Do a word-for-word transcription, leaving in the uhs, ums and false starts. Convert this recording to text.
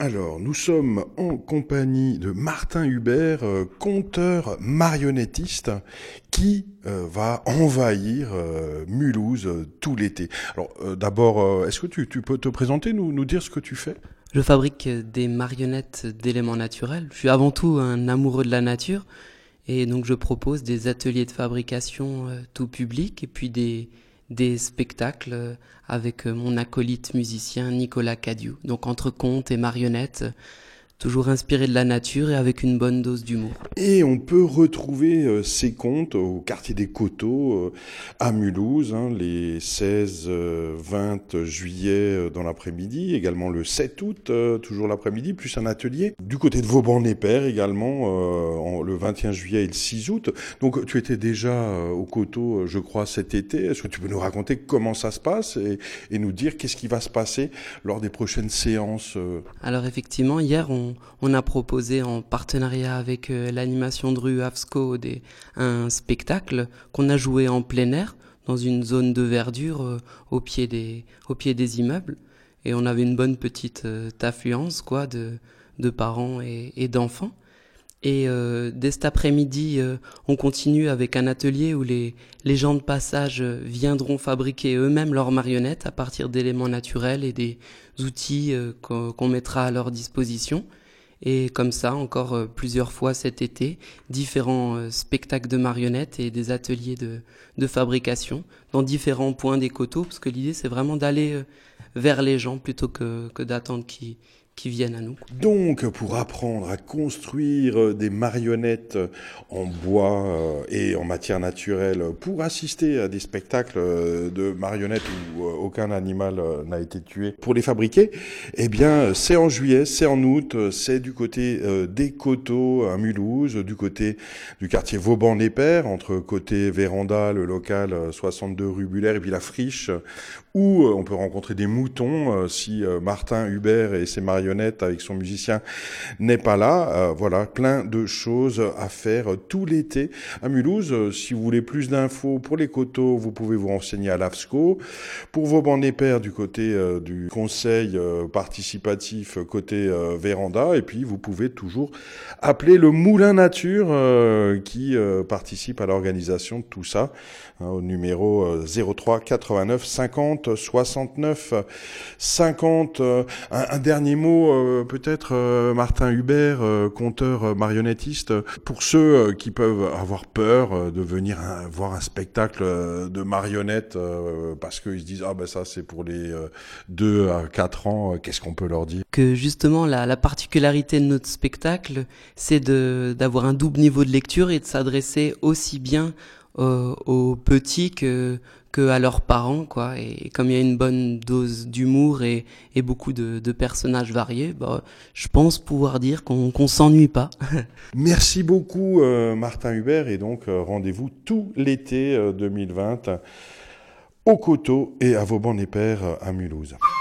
Alors, nous sommes en compagnie de Martin Hubert, euh, conteur marionnettiste, qui euh, va envahir euh, Mulhouse euh, tout l'été. Alors, euh, d'abord, euh, est-ce que tu, tu peux te présenter, nous, nous dire ce que tu fais ? Je fabrique des marionnettes d'éléments naturels. Je suis avant tout un amoureux de la nature et donc je propose des ateliers de fabrication euh, tout public et puis des, des spectacles euh, avec euh, mon acolyte musicien Nicolas Cadieux. Donc entre contes et marionnettes, euh, toujours inspiré de la nature et avec une bonne dose d'humour. Et on peut retrouver euh, ces contes au quartier des Coteaux, euh, à Mulhouse, hein, les seize, euh, vingt juillet euh, dans l'après-midi, également le sept août, euh, toujours l'après-midi, plus un atelier. Du côté de Vauban-les-Pères également, euh, en, le vingt et un juillet et le six août. Donc tu étais déjà euh, aux Coteaux, je crois, cet été. Est-ce que tu peux nous raconter comment ça se passe et, et nous dire qu'est-ce qui va se passer lors des prochaines séances euh... Alors effectivement, hier, on, on a proposé en partenariat avec euh, l'animation de rue AFSCO des, un spectacle qu'on a joué en plein air dans une zone de verdure euh, au pied des, au pied des immeubles. Et on avait une bonne petite euh, affluence quoi, de, de parents et, et d'enfants. Et euh, dès cet après-midi, euh, on continue avec un atelier où les, les gens de passage viendront fabriquer eux-mêmes leurs marionnettes à partir d'éléments naturels et des outils euh, qu'on, qu'on mettra à leur disposition. Et comme ça, encore euh, plusieurs fois cet été, différents euh, spectacles de marionnettes et des ateliers de, de fabrication dans différents points des Coteaux, parce que l'idée c'est vraiment d'aller euh, vers les gens plutôt que, que d'attendre qu'ils qui viennent à nous. Donc, pour apprendre à construire des marionnettes en bois et en matière naturelle, pour assister à des spectacles de marionnettes où aucun animal n'a été tué, pour les fabriquer, eh bien, c'est en juillet, c'est en août, c'est du côté des Coteaux à Mulhouse, du côté du quartier Vauban-les-Pères, entre côté Véranda, le local soixante-deux rue Buller, et puis la Friche, où on peut rencontrer des moutons si Martin Hubert et ses marionnettes avec son musicien n'est pas là. Euh, voilà, plein de choses à faire tout l'été à Mulhouse. Euh, si vous voulez plus d'infos pour les Coteaux, vous pouvez vous renseigner à l'AFSCO. Pour Vauban-les-Pères, du côté euh, du conseil euh, participatif côté euh, Véranda. Et puis, vous pouvez toujours appeler le Moulin Nature euh, qui euh, participe à l'organisation de tout ça, hein, au numéro euh, zéro trois quatre-vingt-neuf cinquante soixante-neuf cinquante. Euh, un, un dernier mot Euh, peut-être euh, Martin Hubert, euh, conteur euh, marionnettiste, pour ceux euh, qui peuvent avoir peur euh, de venir un, voir un spectacle euh, de marionnettes euh, parce qu'ils se disent ah ben ça c'est pour les euh, deux à quatre ans, euh, qu'est-ce qu'on peut leur dire ? Que justement la, la particularité de notre spectacle, c'est de d'avoir un double niveau de lecture et de s'adresser aussi bien euh, aux petits que que à leurs parents, quoi. Et comme il y a une bonne dose d'humour et, et beaucoup de, de personnages variés, bah, je pense pouvoir dire qu'on qu'on s'ennuie pas. Merci beaucoup euh, Martin Hubert, et donc euh, rendez-vous tout l'été euh, deux mille vingt aux Coteaux et à Vauban-les-Pères à Mulhouse.